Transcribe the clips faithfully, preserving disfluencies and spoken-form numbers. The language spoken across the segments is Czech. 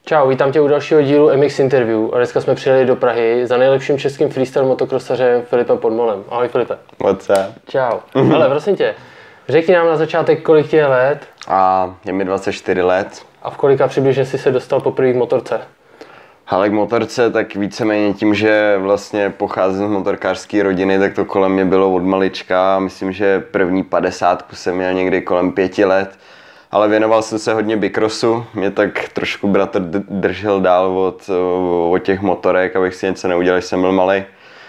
Čau, vítám tě u dalšího dílu M X Interview a dneska jsme přijeli do Prahy za nejlepším českým freestyle motokrosařem Filipem Podmolem. Ahoj Filipe. What's up? Čau. Hele, prosím tě, řekni nám na začátek, kolik ti je let? A je mi dvacet čtyři let. A v kolika přibližně jsi se dostal poprvé k motorce? Ale k motorce tak víceméně tím, že vlastně pocházím z motorkářské rodiny, tak to kolem mě bylo od malička. Myslím, že první padesátku jsem měl někdy kolem pěti let. Ale věnoval jsem se hodně bikrosu, mě tak trošku bratr držel dál od, od těch motorek, abych si něco neudělal, když jsem byl malej.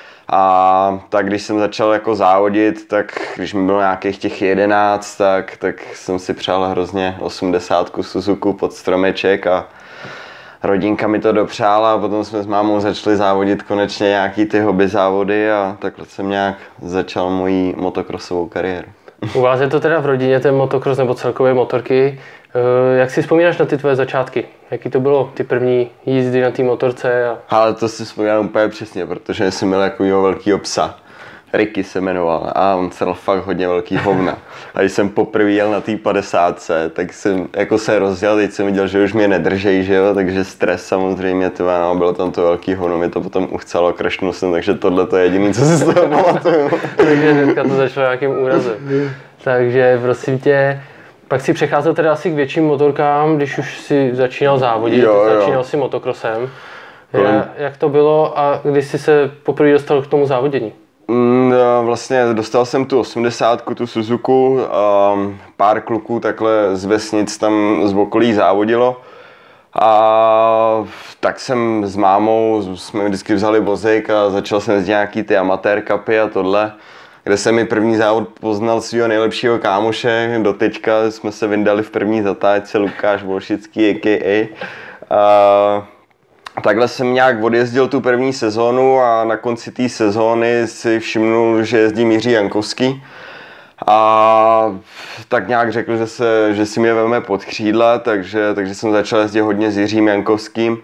A tak když jsem začal jako závodit, tak když mi bylo nějakých těch jedenáct, tak, tak jsem si přál hrozně osmdesátku Suzuku pod stromeček a rodinka mi to dopřála a potom jsme s mámou začali závodit konečně nějaký ty hobby závody a takhle jsem nějak začal moji motokrosovou kariéru. U vás je to teda v rodině ten motokros nebo celkové motorky. Jak si vzpomínáš na ty tvoje začátky? Jaký to bylo, ty první jízdy na té motorce? A... Ale to si vzpomínám úplně přesně, protože jsem měl takovýho velkýho psa. Ricky se jmenoval a on se dal fakt hodně velký hovna. A když jsem poprvé jel na té padesátce, tak jsem jako se rozjel, teď jsem viděl, že už mě nedržej, že jo, takže stres samozřejmě, tyva, no, bylo tam to velký hovno, mě to potom uchcelo, crashnul jsem, takže tohle to je jediné, co si z toho pamatuju. Takže hnedka to začalo nějakým úrazem. Takže prosím tě, pak si přecházel teda asi k větším motorkám, když už si začínal závodit, jo, jo. začínal si motokrosem. Jak, jak to bylo a když jsi se poprvé dostal k tomu závodění? Mm, vlastně dostal jsem tu osmdesátku, tu Suzuku, um, pár kluků takhle z vesnic tam z okolí závodilo. A tak jsem s mámou, jsme vždycky vzali vozík a začal jsem z nějaký ty amatér cupy a tohle, kde jsem mi první závod poznal svého nejlepšího kámoše, doteďka jsme se vyndali v první zatáčce, Lukáš Volšický a ká a. a takhle jsem nějak odjezdil tu první sezónu a na konci té sezóny si všimnul, že jezdí Jiří Jankovský. A tak nějak řekl, že, se, že si mě vezme pod křídla, takže, takže jsem začal jezdit hodně s Jiřím Jankovským.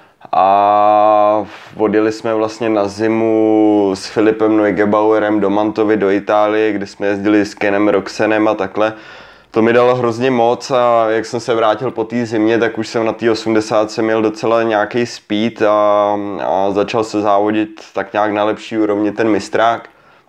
A odjeli jsme vlastně na zimu s Filipem Neugebauerem do Mantovy do Itálie, kde jsme jezdili s Kenem Roxanem a takhle. To mi dalo hrozně moc a jak jsem se vrátil po té zimě, tak už jsem na té osmdesátce měl docela nějaký speed a, a začal se závodit tak nějak na lepší úrovni ten mistrák.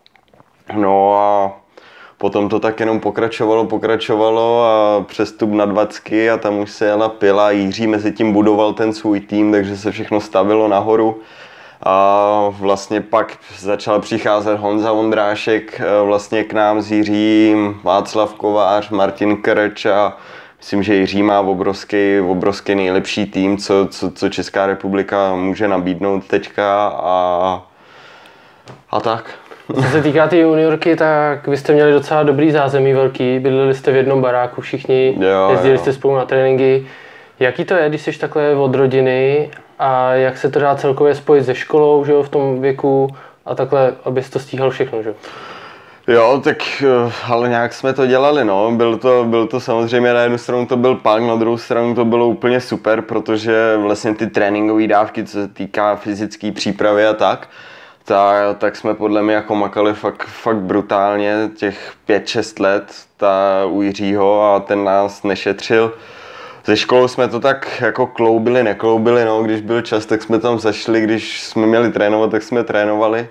No a potom to tak jenom pokračovalo, pokračovalo a přestup na dvacky a tam už se jela pila. Jiří mezi tím budoval ten svůj tým, takže se všechno stavilo nahoru. A vlastně pak začal přicházet Honza Vondrášek vlastně k nám s Jiřím, Václav Kovář, Martin Krč a myslím, že Jiří má obrovský, obrovský nejlepší tým, co, co, co Česká republika může nabídnout teďka a, a tak. Co se týká té juniorky, tak vy jste měli docela dobrý zázemí velký, bydleli jste v jednom baráku všichni, jo, jezdili jo. jste spolu na tréninky. Jaký to je, když jsi takhle od rodiny a jak se to dá celkově spojit se školou, že jo, v tom věku a takhle, abys to stíhal všechno, že jo? Jo, tak ale nějak jsme to dělali, no. Byl to, byl to samozřejmě, na jednu stranu to byl punk, na druhou stranu to bylo úplně super, protože vlastně ty tréninkové dávky, co se týká fyzické přípravy a tak, tak, tak jsme podle mě jako makali fakt, fakt brutálně těch pět šest let ta u Jiřího a ten nás nešetřil. Ze školou jsme to tak jako kloubili, nekloubili, no, když byl čas, tak jsme tam zašli, když jsme měli trénovat, tak jsme trénovali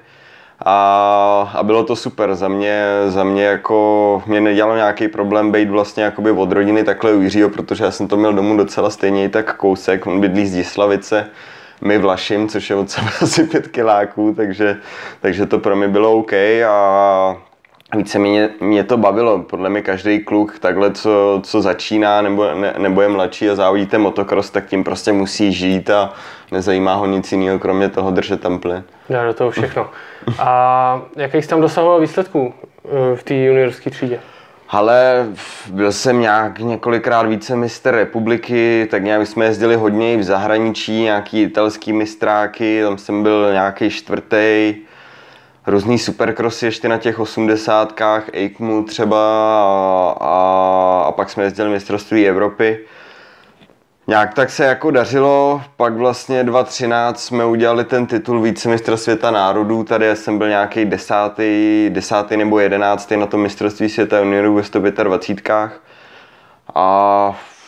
a, a bylo to super. Za mě, za mě jako, mě nedělalo nějaký problém být vlastně jakoby od rodiny takhle u Jiřího, protože já jsem to měl domů docela stejně tak kousek, on bydlí z Dislavice, my Vlašim, což je od sebe asi pět kiláků, takže, takže to pro mě bylo OK a více mě, mě to bavilo. Podle mě každý kluk takhle, co, co začíná nebo, ne, nebo je mladší a závodí ten motocross, tak tím prostě musí žít a nezajímá ho nic jiného, kromě toho držet tam plyn. Dá do toho všechno. A jaký jsi tam dosahoval výsledků v té juniorské třídě? Ale byl jsem nějak několikrát vícemistr republiky, tak nějak jsme jezdili hodně i v zahraničí, nějaký italský mistráky, tam jsem byl nějaký čtvrtý. Různý supercrossy ještě na těch osmdesátkách, EICMu třeba a, a, a pak jsme jezdili mistrovství Evropy. Nějak tak se jako dařilo, pak vlastně dva tisíce třináct jsme udělali ten titul vícemistra světa národů, tady jsem byl nějaký desátý, desátý nebo jedenáctý na tom mistrovství světa juniorů ve sto dvacet pět. A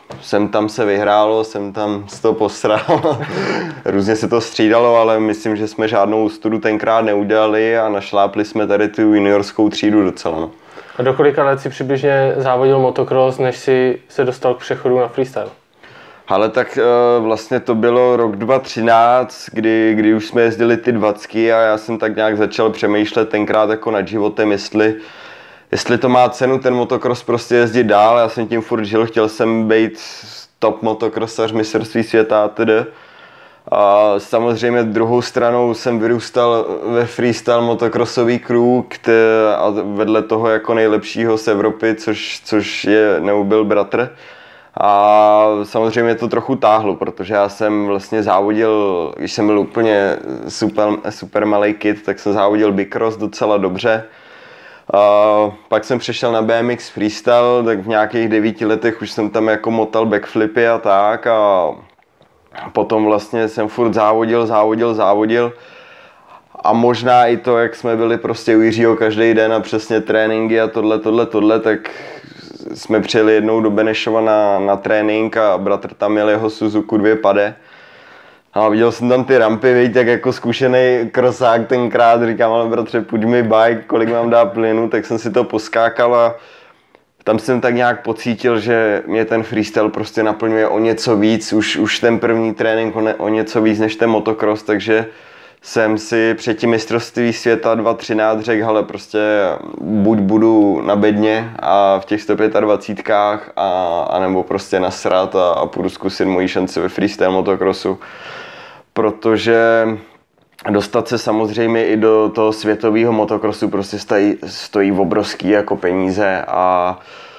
sem tam se vyhrálo, sem tam se to posralo. Různě se to střídalo, ale myslím, že jsme žádnou studu tenkrát neudělali a našlápli jsme tady tu juniorskou třídu docela. No. A do kolika let si přibližně závodil motocross, než si se dostal k přechodu na freestyle? Ale tak vlastně to bylo rok dva tisíce třináct, kdy, kdy už jsme jezdili ty dvacky a já jsem tak nějak začal přemýšlet tenkrát jako nad životem, jestli, jestli to má cenu ten motocross prostě jezdit dál. Já jsem tím furt žil, chtěl jsem být top motocrossař, mistrovství světa a tedy. A samozřejmě druhou stranou jsem vyrůstal ve freestyle motocrossový crew a vedle toho jako nejlepšího z Evropy, což, což je Neubyl bratr. A samozřejmě to trochu táhlo, protože já jsem vlastně závodil, když jsem byl úplně super, super malej kid, tak jsem závodil bicross docela dobře. A pak jsem přešel na B M X freestyle, tak v nějakých devíti letech už jsem tam jako motal backflipy a tak. A potom vlastně jsem furt závodil, závodil, závodil. A možná i to, jak jsme byli prostě u Jiřího každý den a přesně tréninky a tohle, tohle, tohle, tak jsme přijeli jednou do Benešova na, na trénink a bratr tam měl jeho Suzuku dvě pade. A viděl jsem tam ty rampy, víš, jak jako zkušený krosák tenkrát, říkám, ale bratře, půjď mi bike, kolik mám dá plynu, tak jsem si to poskákal a tam jsem tak nějak pocítil, že mě ten freestyle prostě naplňuje o něco víc, už, už ten první trénink o, ne, o něco víc než ten motocross, takže jsem si před tím mistrovství světa dva tisíce třináct řekl, ale prostě buď budu na bedně a v těch sto dvacet pět a, a nebo prostě nasrat a, a půjdu zkusit moji šanci ve freestyle motocrossu. Protože dostat se samozřejmě i do toho světového motocrossu prostě stojí, stojí obrovský jako peníze a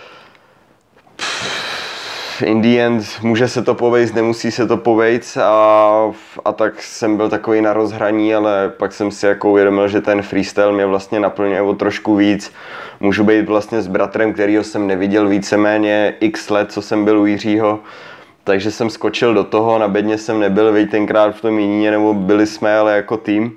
in the end může se to povejct, nemusí se to povejct a, a tak jsem byl takový na rozhraní, ale pak jsem si jako uvědomil, že ten freestyle mě vlastně naplňuje o trošku víc. Můžu být vlastně s bratrem, kterýho jsem neviděl víceméně x let, co jsem byl u Jiřího. Takže jsem skočil do toho, na bedně jsem nebyl, veď tenkrát v tom Jiníně, nebo byli jsme, ale jako tým.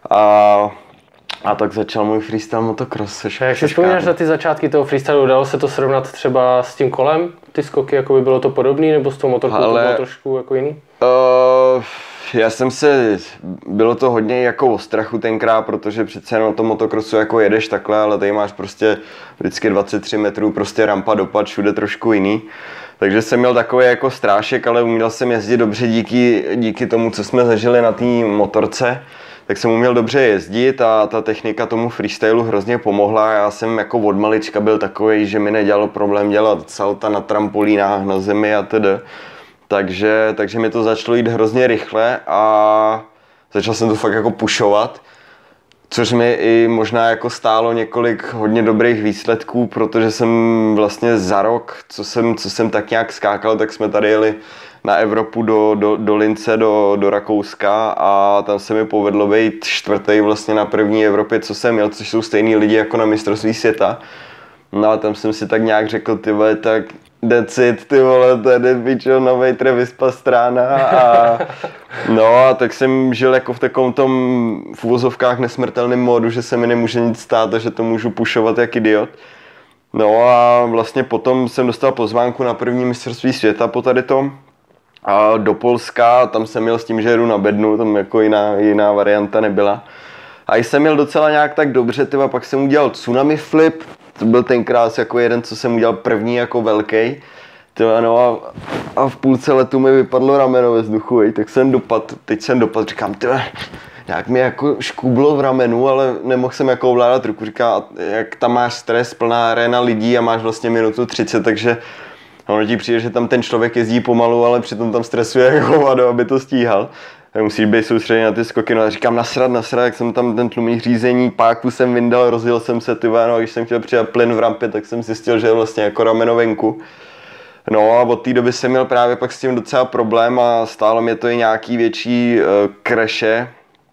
A, a tak začal můj freestyle motocross. A jak si vzpomínáš na ty začátky toho freestylu, dalo se to srovnat třeba s tím kolem? Ty skoky, jako by bylo to podobné, nebo s tou motorkou ale, to bylo trošku jako jiný? Uh, já jsem se, bylo to hodně jako o strachu tenkrát, protože přece jenom na tom motocrossu jako jedeš takhle, ale tady máš prostě vždycky dvacet tři metrů, prostě rampa, dopad, všude trošku jiný. Takže jsem měl takový jako strášek, ale uměl jsem jezdit dobře díky, díky tomu, co jsme zažili na té motorce. Tak jsem uměl dobře jezdit a ta technika tomu freestylu hrozně pomohla. Já jsem jako od malička byl takový, že mi nedělalo problém dělat salta na trampolínách, na zemi a tedy. Takže, takže mi to začalo jít hrozně rychle a začal jsem to fakt jako pušovat. Což mi i možná jako stálo několik hodně dobrých výsledků, protože jsem vlastně za rok, co jsem, co jsem tak nějak skákal, tak jsme tady jeli na Evropu do, do, do Lince, do, do Rakouska a tam se mi povedlo být čtvrtý vlastně na první Evropě, co jsem měl, což jsou stejný lidi jako na mistrovství světa. No a tam jsem si tak nějak řekl, ty vole, tak that's it, ty vole, tady pičo, novej Travis Pastrana a no a tak jsem žil jako v takovém tom v uvozovkách nesmrtelném módu, že se mi nemůže nic stát a že to můžu pušovat jak idiot. No a vlastně potom jsem dostal pozvánku na první mistrovství světa po tady tom a do Polska, tam jsem měl s tím, že jedu na bednu, tam jako jiná, jiná varianta nebyla. A jsem měl docela nějak tak dobře, tyva, pak jsem udělal tsunami flip, to byl tenkrát jako jeden, co jsem udělal první jako velký. Tyva, no a, a v půlce letu mi vypadlo rameno ve vzduchu, ej, tak jsem dopad, teď jsem dopad, říkám, tyva, nějak mi jako škublo v ramenu, ale nemohl jsem jako ovládat ruku, říká, jak tam máš stres, plná aréna lidí a máš vlastně minutu třicet, takže ono ti přijde, že tam ten člověk jezdí pomalu, ale přitom tam stresuje jako vado, aby to stíhal. Tak musíš být soustředěný na ty skoky, no a říkám nasrad, nasrad, jak jsem tam ten tlumík řízení, páku jsem vyndal, rozjel jsem se, tyva, no a když jsem chtěl přidat plyn v rampě, tak jsem zjistil, že je vlastně jako rameno venku. No a od té doby jsem měl právě pak s tím docela problém a stálo mě to i nějaký větší uh, crashe,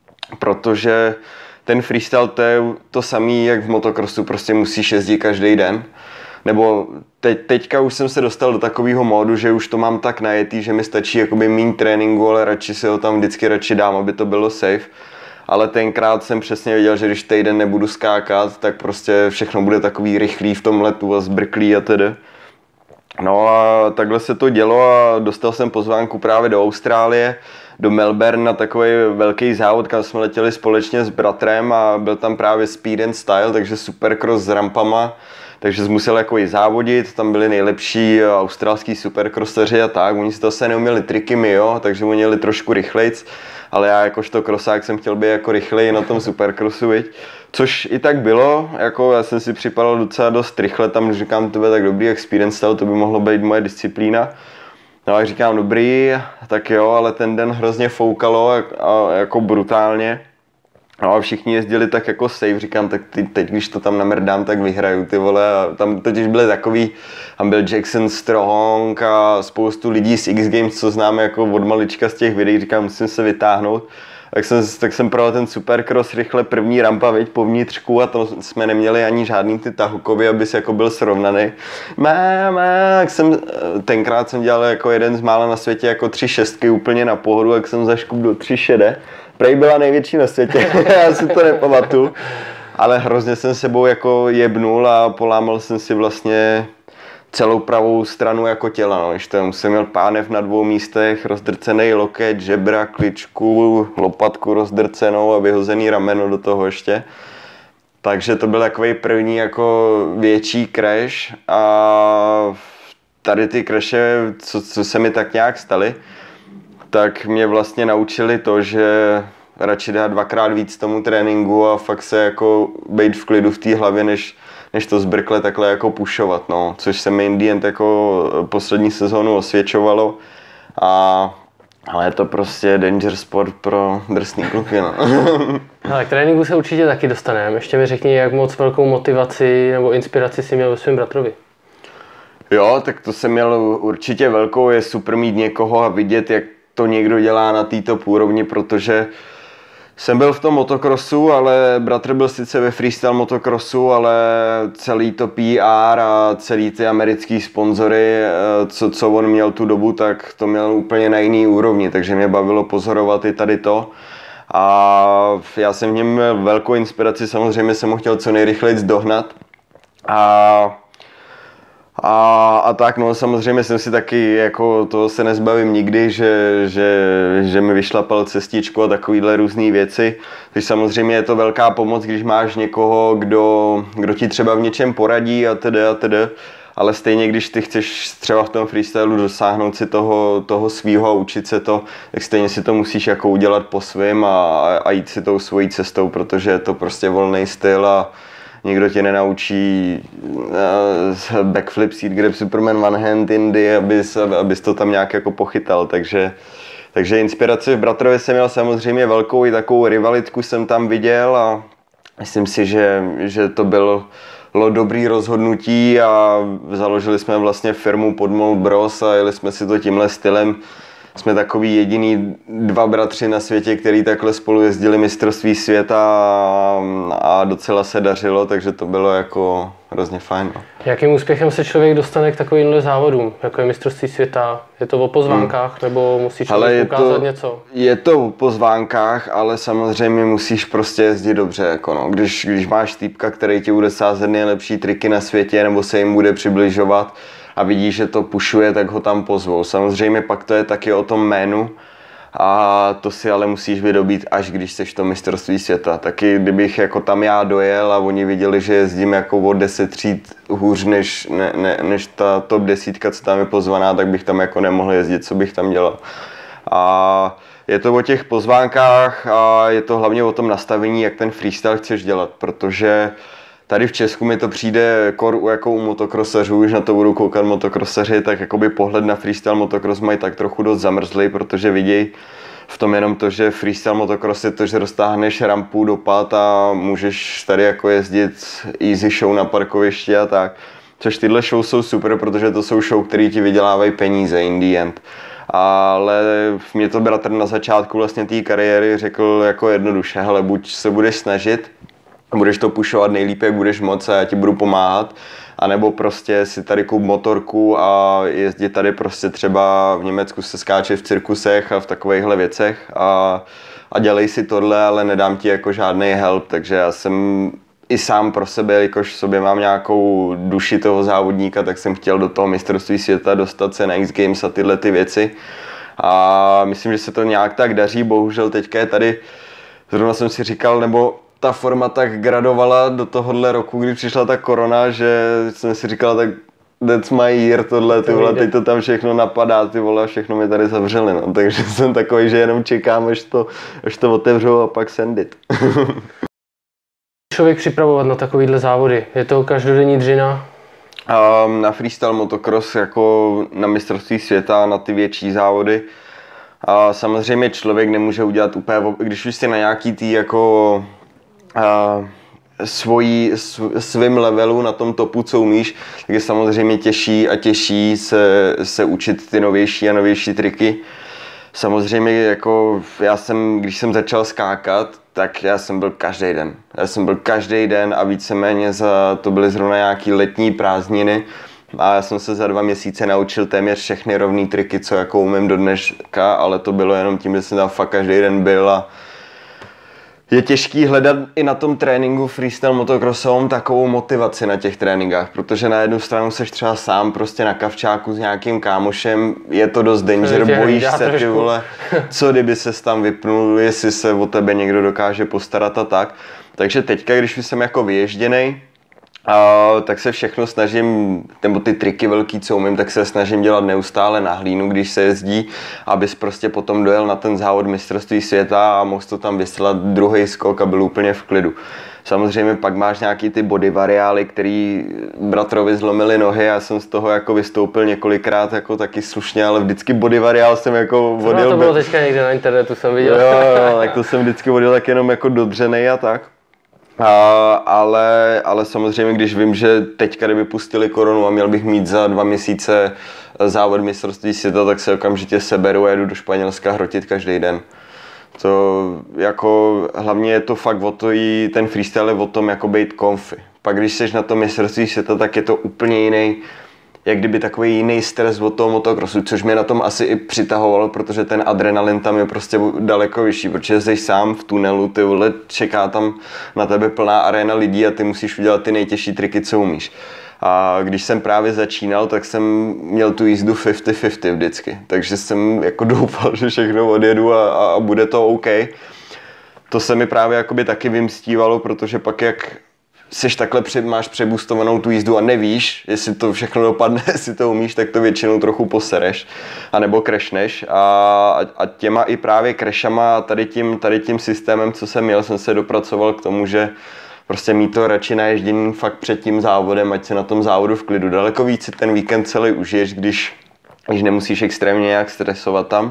protože ten freestyle to je to samý, jak v motocrossu, prostě musíš jezdit každý den. Nebo teď, teďka už jsem se dostal do takového módu, že už to mám tak najetý, že mi stačí jakoby méně tréninku, ale radši si ho tam vždycky radši dám, aby to bylo safe. Ale tenkrát jsem přesně věděl, že když týden nebudu skákat, tak prostě všechno bude takový rychlý v tom letu a zbrklý a tedy. No a takhle se to dělo a dostal jsem pozvánku právě do Austrálie, do Melbourne na takový velký závod, kam jsme letěli společně s bratrem a byl tam právě speed and style, takže supercross s rampama. Takže jsem musel jako i závodit, tam byli nejlepší australský supercrosseři a tak, oni si to se neuměli triky my, jo, takže oni jeli trošku rychlejc, ale já jakožto krosák jsem chtěl být jako rychlej na tom supercrossu, viď? Což i tak bylo, jako já jsem si připadal docela dost rychle, tam říkám, to bude tak dobrý experience style, to by mohlo být moje disciplína. No a říkám, dobrý, tak jo, ale ten den hrozně foukalo a, a jako brutálně. No a všichni jezdili tak jako safe, říkám, tak ty, teď když to tam namrdám, tak vyhraju ty vole. A tam totiž byli takový, tam byl Jackson Strong a spoustu lidí z X Games, co známe jako od malička z těch videí, říkám, musím se vytáhnout. Tak jsem, tak jsem projel ten supercross rychle, první rampa, viď, po vnitřku a to jsme neměli ani žádný ty tahukovy, abys jako byl srovnaný. Má, má, tak jsem, tenkrát jsem dělal jako jeden z mála na světě jako tři šestky úplně na pohodu, jak jsem zaškup do tři šede. Prej byla největší na světě, já si to nepamatuju, ale hrozně jsem sebou jako jebnul a polámal jsem si vlastně celou pravou stranu jako těla, no. Ještě jsem měl pánev na dvou místech, rozdrcený loket, žebra, kličku, lopatku rozdrcenou a vyhozený rameno do toho ještě. Takže to byl takový první jako větší crash a tady ty crashe, co, co se mi tak nějak staly, tak mě vlastně naučili to, že radši dát dvakrát víc tomu tréninku a fakt se jako být v klidu v té hlavě, než, než to zbrkle takhle jako pušovat, no. Což se mi in the end jako poslední sezónu osvědčovalo. A, ale je to prostě danger sport pro drsný kluky, no. Ale k tréninku se určitě taky dostaneme. Ještě mi řekni, jak moc velkou motivaci nebo inspiraci jsi měl ve svém bratrovi. Jo, tak to jsem měl určitě velkou, je super mít někoho a vidět, jak to někdo dělá na té top úrovni, protože jsem byl v tom motokrosu, ale bratr byl sice ve freestyle motokrosu, ale celý to P R a celý ty americký sponzory, co, co on měl tu dobu, tak to měl úplně na jiný úrovni, takže mě bavilo pozorovat i tady to. A já jsem v něm měl velkou inspiraci, samozřejmě jsem ho chtěl co nejrychleji dohnat. A A, a tak no, samozřejmě jsem si taky, jako to se nezbavím nikdy, že, že, že mi vyšlapal cestičku a takovýhle různé věci. Takže samozřejmě je to velká pomoc, když máš někoho, kdo, kdo ti třeba v něčem poradí a tedy a tedy. Ale stejně, když ty chceš třeba v tom freestylu dosáhnout si toho, toho svýho a učit se to, tak stejně si to musíš jako udělat po svým a, a jít si tou svojí cestou, protože je to prostě volný styl a nikdo tě nenaučí uh, backflip, seat grab, Superman one hand Indy, abys, abys to tam nějak jako pochytal, takže, takže inspiraci v bratrově jsem měl samozřejmě velkou, i takovou rivalitku jsem tam viděl a myslím si, že, že to bylo dobrý rozhodnutí a založili jsme vlastně firmu Podmold Bros a jeli jsme si to tímhle stylem. Jsme takový jediný dva bratři na světě, který takhle spolu jezdili mistrovství světa a, a docela se dařilo, takže to bylo jako hrozně fajn. No. Jakým úspěchem se člověk dostane k takovýmhle závodům, jako je mistrovství světa? Je to o pozvánkách, hmm. nebo musí člověk ukázat to, něco? Je to o pozvánkách, ale samozřejmě musíš prostě jezdit dobře. Jako no. když, když máš týpka, který ti bude sázet nejlepší triky na světě, nebo se jim bude přibližovat, a vidí, že to pušuje, tak ho tam pozvou. Samozřejmě pak to je taky o tom jménu a to si ale musíš vydobít, až když seš v tom mistrovství světa. Taky kdybych jako tam já dojel a oni viděli, že jezdím jako o deset tříd hůř než, ne, ne, než ta top desítka, co tam je pozvaná, tak bych tam jako nemohl jezdit, co bych tam dělal. A je to o těch pozvánkách a je to hlavně o tom nastavení, jak ten freestyle chceš dělat, protože tady v Česku mi to přijde kor jako u motokrosařů, když na to budou koukat motokrosaři, tak jakoby pohled na freestyle motocross mají tak trochu dost zamrzlý, protože vidějí v tom jenom to, že freestyle motocross je to, že roztáhneš rampu, dopad a můžeš tady jako jezdit easy show na parkovišti a tak. Což tyhle show jsou super, protože to jsou show, které ti vydělávají peníze in the end. Ale mě to bratr na začátku vlastně té kariéry řekl jako jednoduše, hele, buď se budeš snažit, budeš to pušovat nejlíp, jak budeš moc a já ti budu pomáhat, anebo prostě si tady koup motorku a jezdit tady prostě třeba v Německu se skáče v cirkusech a v takovýchhle věcech a, a dělej si tohle, ale nedám ti jako žádný help, takže já jsem i sám pro sebe, jelikož v sobě mám nějakou duši toho závodníka, tak jsem chtěl do toho mistrovství světa dostat se na X Games a tyhle ty věci. A myslím, že se to nějak tak daří, bohužel teďka je tady, zrovna jsem si říkal, nebo ta forma tak gradovala do tohohle roku, kdy přišla ta korona, že jsem si říkal, tak that's my year, tohle, ty vole, teď to tam všechno napadá, ty vole, všechno mi tady zavřeli, no. Takže jsem takový, že jenom čekám, až to, až to otevřou a pak send it. Člověk připravovat na takovýhle závody? Je to každodenní dřina? Um, na freestyle motocross jako na mistrovství světa, na ty větší závody. A samozřejmě člověk nemůže udělat úplně, když už jsi na nějaký tý jako uh, svojí, svým levelu na tom topu, co umíš, tak je samozřejmě těžší a těžší se, se učit ty novější a novější triky. Samozřejmě jako já jsem, když jsem začal skákat, tak já jsem byl každý den. Já jsem byl každý den a víceméně za, to byly zrovna nějaký letní prázdniny a já jsem se za dva měsíce naučil téměř všechny rovný triky, co jako umím do dneška, ale to bylo jenom tím, že jsem tam fakt každý den byl a je těžký hledat i na tom tréninku freestyle motocrossovém takovou motivaci na těch tréninkách, protože na jednu stranu seš třeba sám prostě na kavčáku s nějakým kámošem, je to dost danger, bojíš se, ty vole, co kdyby ses tam vypnul, jestli se o tebe někdo dokáže postarat a tak. Takže teďka, když jsem jako vyježděnej, a tak se všechno snažím, nebo ty triky velký, co umím, tak se snažím dělat neustále na hlínu, když se jezdí, abys prostě potom dojel na ten závod mistrovství světa a mohl to tam vyslat druhý skok a byl úplně v klidu. Samozřejmě pak máš nějaký ty body variály, který bratrovi zlomili nohy, já jsem z toho jako vystoupil několikrát jako taky slušně, ale vždycky body variál jsem jako vodil. No to bylo be... teďka někde na internetu, jsem viděl. Jo, jo, tak to jsem vždycky vodil tak jenom jako dodřenej a tak. A, ale, ale samozřejmě, když vím, že teďka, kdyby pustili koronu a měl bych mít za dva měsíce závod mistrovství světa, tak se okamžitě seberu a jedu do Španělska hrotit každý den. To jako, hlavně je to fakt o to, i ten freestyle je o tom jako být comfy. Pak když jsi na tom mistrovství světa, tak je to úplně jiný, jak kdyby takový jiný stres od toho motocrossu, což mě na tom asi i přitahovalo, protože ten adrenalin tam je prostě daleko vyšší, protože jsi sám v tunelu, ty vole, čeká tam na tebe plná arena lidí a ty musíš udělat ty nejtěžší triky, co umíš. A když jsem právě začínal, tak jsem měl tu jízdu padesát padesát vždycky, takže jsem jako doufal, že všechno odjedu a, a bude to OK. To se mi právě jakoby taky vymstívalo, protože pak jak seš takhle, máš přebustovanou tu jízdu a nevíš, jestli to všechno dopadne, jestli to umíš, tak to většinou trochu posereš, anebo crashneš a, a těma i právě crashama tady tím, tady tím systémem, co jsem měl, jsem se dopracoval k tomu, že prostě mít to radši na ježdění fakt před tím závodem, ať se na tom závodu v klidu. Daleko víc si ten víkend celý užiješ, když, když nemusíš extrémně nějak stresovat tam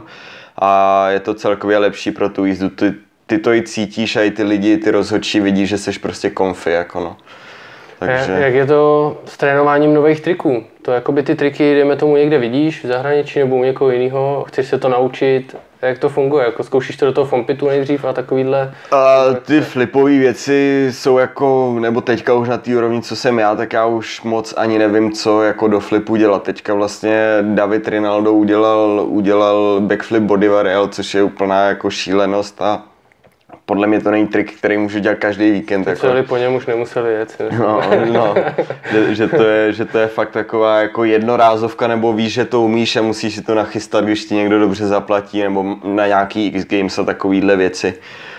a je to celkově lepší pro tu jízdu. Ty, ty to i cítíš a i ty lidi, ty rozhodčí vidí, že jsi prostě comfy, jako no. Takže... Jak je to s trénováním nových triků? To jakoby ty triky, jdeme tomu, někde vidíš v zahraničí nebo u někoho jiného, chceš se to naučit, jak to funguje? Jako zkoušíš to do toho fompitu nejdřív a takovýhle? A ty flipové věci jsou jako, nebo teďka už na té úrovni, co jsem já, tak já už moc ani nevím, co jako do flipu dělat. Teďka vlastně David Rinaldo udělal, udělal backflip body varial, což je úplná jako šílenost a podle mě to není trik, který můžu dělat každý víkend. Jako... Celý po něm už nemuseli jet. No, no, že, že, to je, že to je fakt taková jako jednorázovka, nebo víš, že to umíš a musíš si to nachystat, když ti někdo dobře zaplatí, nebo na nějaký X Games a takovýhle věci.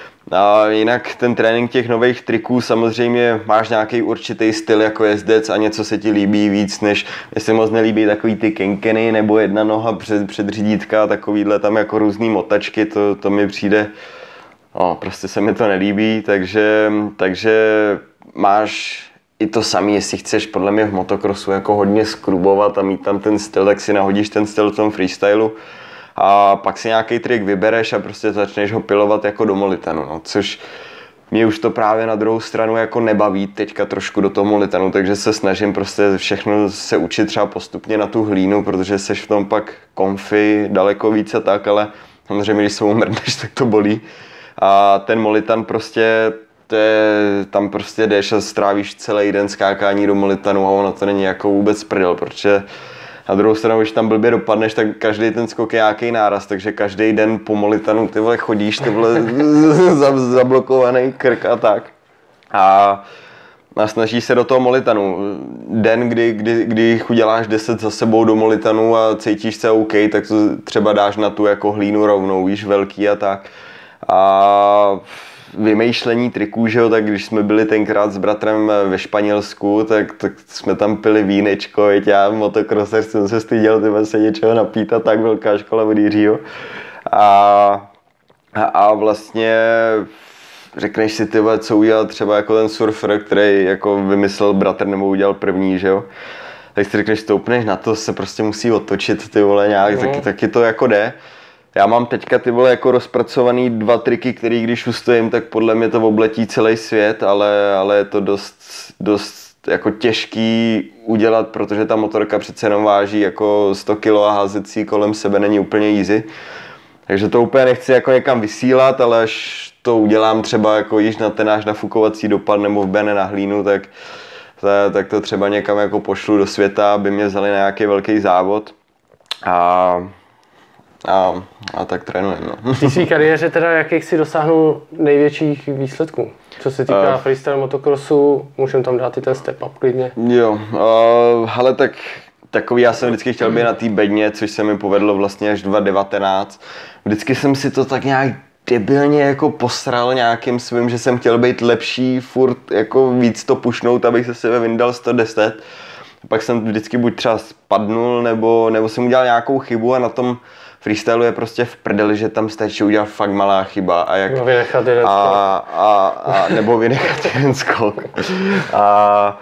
A jinak ten trénink těch nových triků, samozřejmě máš nějaký určitý styl jako jezdec a něco se ti líbí víc, než jestli moc nelíbí takový ty kenkeny nebo jedna noha před, před řídítka, takovýhle tam jako různý motačky, to, to mi přijde. No, prostě se mi to nelíbí, takže, takže máš i to samý, jestli chceš podle mě v motocrossu jako hodně skrubovat a mít tam ten styl, tak si nahodíš ten styl v tom freestylu a pak si nějaký trik vybereš a prostě začneš ho pilovat jako do molitanu, no, což mě už to právě na druhou stranu jako nebaví teďka trošku do toho molitanu, takže se snažím prostě všechno se učit třeba postupně na tu hlínu, protože seš v tom pak comfy daleko více tak, ale samozřejmě když se umrneš, tak to bolí. A ten molitan prostě, to je, tam prostě jdeš a strávíš celý den skákání do molitanu a ono to není jako vůbec prdel, protože na druhou stranu, když tam blbě dopadneš, tak každý ten skok je nějaký náraz, takže každý den po molitanu ty vole chodíš, ty vole zablokovaný krk a tak. A a snažíš se do toho molitanu. Den, kdy, kdy, kdy jich uděláš deset za sebou do molitanu a cítíš se OK, tak to třeba dáš na tu jako hlínu rovnou, víš, velký a tak. A vymýšlení triků, že jo, tak když jsme byli tenkrát s bratrem ve Španělsku, tak, tak jsme tam pili vínečko, jeď já motokroser jsem se styděl tyhle se něčeho napít a tak, velká škola od Jiřího. A, a, a vlastně řekneš si, tyhle, co udělal třeba jako ten surfer, který jako vymyslel bratr nebo udělal první, že jo. Tak si řekneš, stoupneš na to, se prostě musí otočit, ty vole, nějak, no. taky, taky to jako jde. Já mám teďka ty vole jako rozpracovaný dva triky, který když ustojím, tak podle mě to obletí celý svět, ale, ale je to dost, dost jako těžký udělat, protože ta motorka přece jenom váží jako sto kilo a házet si kolem sebe není úplně easy. Takže to úplně nechci jako někam vysílat, ale až to udělám třeba jako již na ten náš nafukovací dopad nebo v Bene na hlínu, tak, tak to třeba někam jako pošlu do světa, aby mě vzali na nějaký velký závod. A A, a tak trénujeme. No. V té své kariéře teda jakých si dosáhnul největších výsledků? Co se týká uh, freestyle motocrossu, můžeme tam dát i ten step up klidně. Jo, uh, ale tak takový, já jsem vždycky chtěl být na té bedně, což se mi povedlo vlastně až dva tisíce devatenáct. Vždycky jsem si to tak nějak debilně jako posral nějakým svým, že jsem chtěl být lepší, furt jako víc to pušnout, abych se sebe vyndal sto deset. Pak jsem vždycky buď třeba spadnul, nebo, nebo jsem udělal nějakou chybu a na tom freestylu je prostě v prdeli, že tam stačí udělat fakt malá chyba. A jak, no, vynechat jeden a, a, a, nebo vynechat jeden skok. A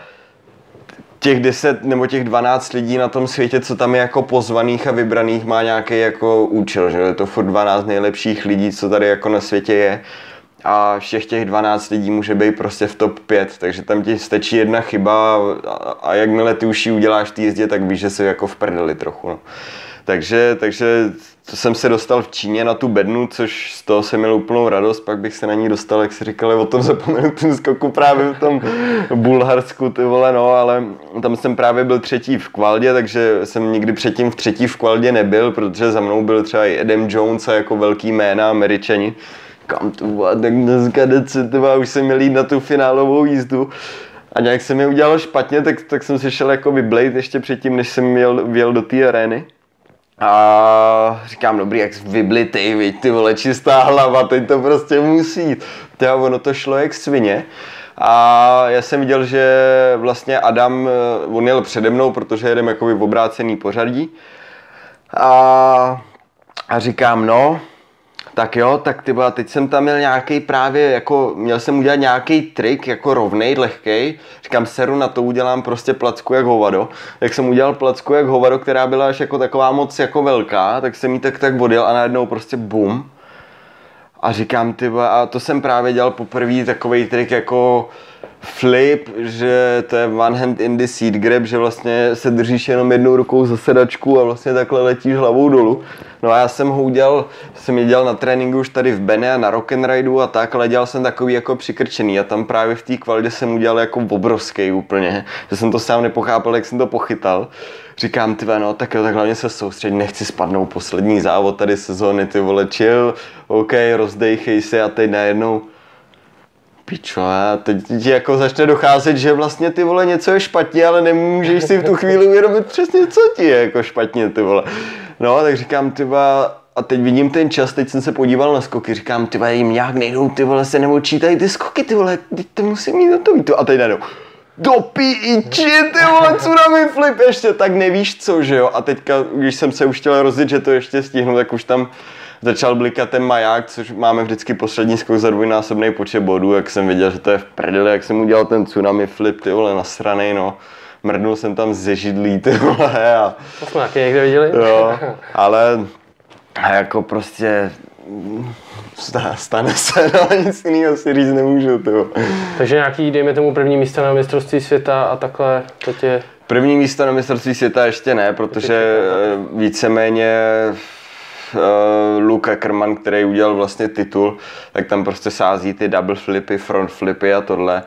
těch deset nebo těch dvanáct lidí na tom světě, co tam je jako pozvaných a vybraných, má nějaký jako účel, že je to furt dvanáct nejlepších lidí, co tady jako na světě je. A všech těch dvanáct lidí může být prostě v top pět, takže tam ti stačí jedna chyba a, a jakmile ty už ji uděláš v té jízdě, tak víš, že jsi jako v prdeli trochu. No. Takže, takže to jsem se dostal v Číně na tu bednu, což z toho jsem měl úplnou radost, pak bych se na ní dostal, jak si říkali, o tom zapomenu ten skoku právě v tom Bulharsku, ty vole, no, ale tam jsem právě byl třetí v kvaldě, takže jsem nikdy předtím v třetí v kvaldě nebyl, protože za mnou byl třeba i Adam Jones a jako velký jména Američani. Kam to vole, tak dneska deci, tyva, už jsem měl jít na tu finálovou jízdu. A nějak se mi udělalo špatně, tak, tak jsem si šel jako vyblejt ještě předtím, než jsem měl, vjel do té arény. A říkám, dobrý, jak vyblitej, viď, ty vole, čistá hlava, teď to prostě musí jít. Tyjo, ono to šlo jak svině. A já jsem viděl, že vlastně Adam, on jel přede mnou, protože jedem jakoby v obrácený pořadí. A, a říkám, no, tak jo, tak tyba, teď jsem tam měl nějaký právě, jako, měl jsem udělat nějaký trik, jako rovnej, lehkej. Říkám, seru na to, udělám prostě placku jak hovado. Tak jsem udělal placku jak hovado, která byla až jako taková moc jako velká, tak jsem jí tak tak odjel a najednou prostě bum. A říkám, tyba, a to jsem právě dělal poprvé takovej trik jako flip, že to je one hand in the seat grab, že vlastně se držíš jenom jednou rukou za sedačku a vlastně takhle letíš hlavou dolů. No a já jsem ho udělal, jsem je dělal na tréninku už tady v Bene a na Rock'n'Rideu a tak, ale dělal jsem takový jako přikrčený a tam právě v té kvaldě jsem udělal jako obrovský úplně, že jsem to sám nepochápal, jak jsem to pochytal. Říkám, ty no, tak jo, tak hlavně se soustředí, nechci spadnout poslední závod tady sezóny, ty vole, chill, OK, rozdejchej se a teď najednou pičo, a teď ti jako začne docházet, že vlastně ty vole něco je špatně, ale nemůžeš si v tu chvíli uvědomit přesně, co ti je jako špatně, ty vole. No, tak říkám, ty vole, a teď vidím ten čas, teď jsem se podíval na skoky, říkám, ty vole, jim nějak nejdou, ty vole, se neočítají ty skoky, ty vole, teď to musím mít hotový, to. A teď najednou, do píči, ty vole, tsunami flip ještě, tak nevíš co, že jo, a teďka, když jsem se už chtěl rozjet, že to ještě stihnu, tak už tam začal blikat ten maják, což máme vždycky poslední skok za dvojnásobný počet bodů, jak jsem viděl, že to je v prdeli, jak jsem udělal ten tsunami flip, ty vole, nasranej, no. Mrdnul jsem tam ze židlí, ty vole, a... To jsme taky někde viděli. Jo, ale jako prostě stane se, no, nic jiného si říct nemůžu, ty vole. Takže nějaký, dejme tomu, první místa na mistrovství světa a takhle, to tě... První místo na mistrovství světa ještě ne, protože víceméně Uh, Luke Ackerman, který udělal vlastně titul, tak tam prostě sází ty double flipy, front flipy a tohle.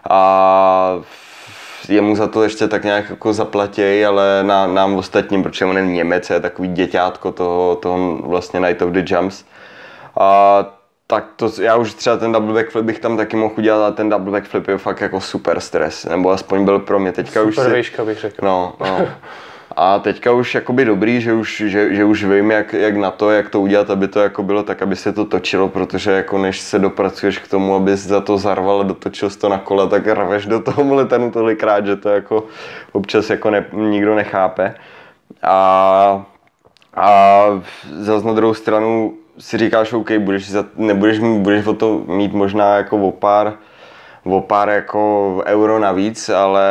A jemu za to ještě tak nějak jako zaplatěj, ale na, nám ostatním, protože on je Němec, je takový děťátko toho, toho vlastně Night of the Jumps. A tak to, já už třeba ten double backflip bych tam taky mohl udělat, a ten double backflip je fakt jako super stres, nebo aspoň byl pro mě teďka super už si... Super výška bych řekl. No, no. A teďka už jakoby dobrý, že už, že, že už vím, jak, jak na to, jak to udělat, aby to jako bylo tak, aby se to točilo, protože jako než se dopracuješ k tomu, aby za to zarval a dotočil to na kola, tak rveš do toho mletanu tolikrát, že to jako občas jako ne, nikdo nechápe. A, a zase na druhou stranu si říkáš, OK, budeš za, nebudeš mít, budeš o to mít možná jako o pár, o pár jako euro navíc, ale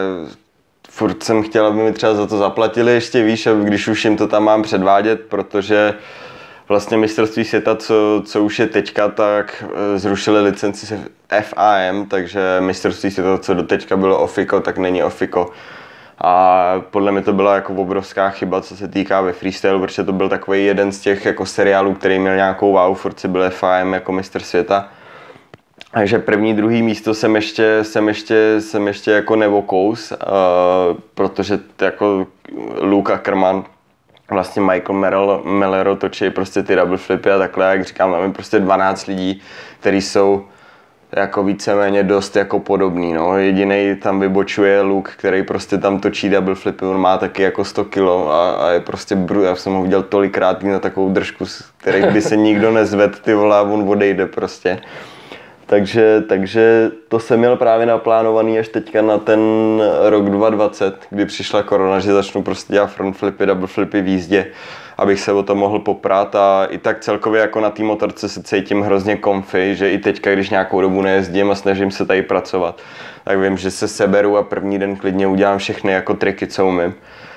furt jsem chtěl, aby mi třeba za to zaplatili ještě víš, když už jim to tam mám předvádět, protože vlastně mistrovství světa, co, co už je teďka, tak zrušili licenci F A M, takže mistrovství světa, co do teďka bylo ofiko, tak není ofiko. A podle mě to byla jako obrovská chyba, co se týká ve freestylu, protože to byl takový jeden z těch jako seriálů, který měl nějakou wow, furt si byl F A M jako mistr světa. Takže první, druhý místo jsem ještě, jsem ještě, jsem ještě jako nevokous, uh, protože jako Luke Ackerman, vlastně Michael Merrill, Mellero točí prostě ty double flipy a takhle, jak říkám, máme prostě dvanáct lidí, kteří jsou jako víceméně dost jako podobný, no. Jedinej tam vybočuje Luke, který prostě tam točí double flipy, on má taky jako sto kilo a, a je prostě brut, já jsem ho viděl tolikrát na takovou držku, z kterých by se nikdo nezvedl, ty vole, a on odejde prostě. Takže, takže to jsem měl právě naplánovaný až teďka na ten rok dva tisíce dvacet, kdy přišla korona, že začnu prostě dělat front flipy, double flipy v jízdě, abych se o to mohl poprat, a i tak celkově jako na té motorce se cítím hrozně comfy, že i teďka, když nějakou dobu nejezdím a snažím se tady pracovat, tak vím, že se seberu a první den klidně udělám všechny jako triky, co umím.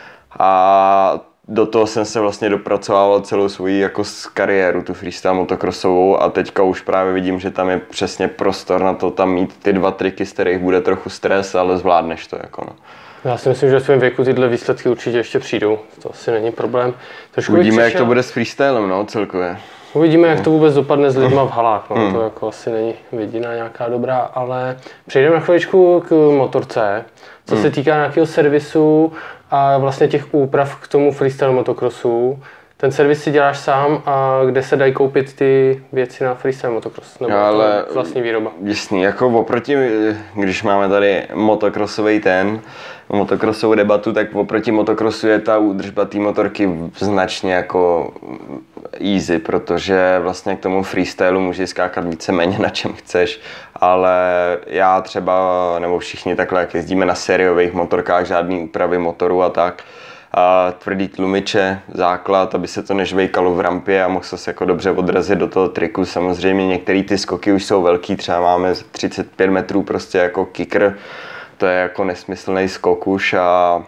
A do toho jsem se vlastně dopracoval celou svoji jako kariéru, tu freestyle motocrossovou, a teďka už právě vidím, že tam je přesně prostor na to tam mít ty dva triky, z kterých bude trochu stres, ale zvládneš to jako no. Já si myslím, že v svém věku tyhle výsledky určitě ještě přijdou, to asi není problém. Trošku uvidíme, jak to bude s freestylem, no, celkově. Uvidíme, jak to vůbec dopadne s lidma v halách, no, hmm. to jako asi není vidina nějaká dobrá, ale přejdeme na chviličku k motorce, co hmm. se týká nějakého servisu a vlastně těch úprav k tomu freestyle motocrossu. Ten servis si děláš sám, a kde se dají koupit ty věci na freestyle motocross? Nebo ale vlastní výroba? Jasný, jako oproti, když máme tady motocrossový ten, motocrossovou debatu, tak oproti motocrossu je ta údržba té motorky značně jako easy, protože vlastně k tomu freestylu můžeš skákat víceméně na čem chceš, ale já třeba, nebo všichni takhle, jak jezdíme na sériových motorkách, žádný úpravy motoru a tak, a tvrdý tlumiče, základ, aby se to nežvejkalo v rampě a mohl se jako dobře odrazit do toho triku. Samozřejmě některé ty skoky už jsou velký, třeba máme třicet pět metrů prostě jako kicker, to je jako nesmyslný skok už, a,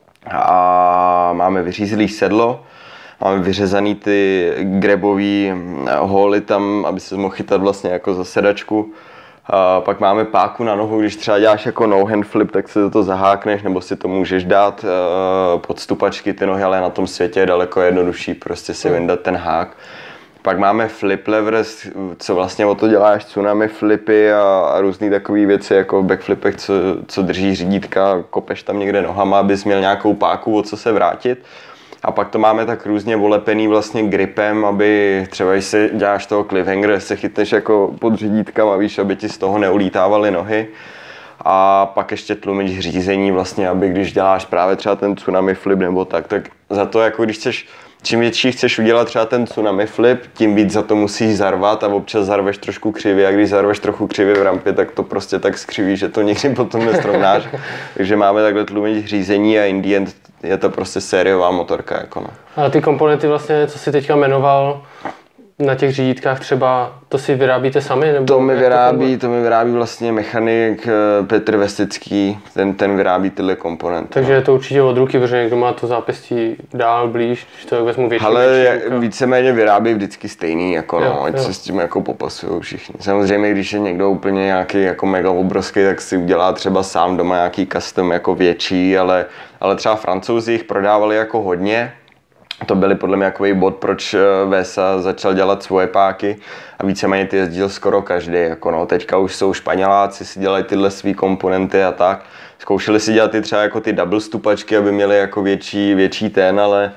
a máme vyřízlý sedlo, máme vyřezaný ty grebový holy tam, aby se mohl chytat vlastně jako za sedačku. A pak máme páku na nohu, když třeba děláš jako no hand flip, tak se do toho zahákneš, nebo si to můžeš dát uh, pod stupačky ty nohy, ale na tom světě je daleko jednodušší prostě si vyndat ten hák. Pak máme flip levers, co vlastně o to děláš, tsunami flipy a, a různý takové věci jako v backflipech, co, co drží řídítka, kopeš tam někde nohama, abys měl nějakou páku, o co se vrátit. A pak to máme tak různě volepený vlastně gripem, aby třeba když si děláš toho cliffhanger, se chytneš jako pod řídítkama, víš, aby ti z toho neulítávaly nohy. A pak ještě tlumič řízení vlastně, aby když děláš právě třeba ten tsunami flip nebo tak, tak za to jako když chceš, čím větší chceš udělat třeba ten tsunami flip, tím víc za to musíš zarvat a občas zarveš trošku křivě, a když zarveš trochu křivě v rampě, tak to prostě tak skřiví, že to nikdy potom nesrovnáš. Takže máme takhle tlumič řízení a in the end je to prostě sériová motorka. Jako no. A ty komponenty vlastně, co jsi teďka jmenoval, na těch řídítkách třeba, to si vyrábíte sami? Nebo to mi vyrábí, to mi vyrábí vlastně mechanik Petr Vestický, ten, ten vyrábí tyhle komponenty. Takže no. Je to určitě od ruky, protože někdo má to zápěstí dál, blíž, když to vezmu větší. Ale víceméně vyrábí vždycky stejný, jako no, ať se s tím jako popasují všichni. Samozřejmě, když je někdo úplně nějaký jako mega obrovský, tak si udělá třeba sám doma nějaký custom jako větší, ale, ale třeba Francouzi jich prodávali jako hodně. To byly podle mě takový bod, proč V S A začal dělat svoje páky a víceméně ty jezdil skoro každý. Jako no. Teďka už jsou Španěláci, si dělají tyhle svý komponenty a tak. Zkoušeli si dělat ty třeba jako ty double stupačky, aby měli jako větší, větší ten, ale,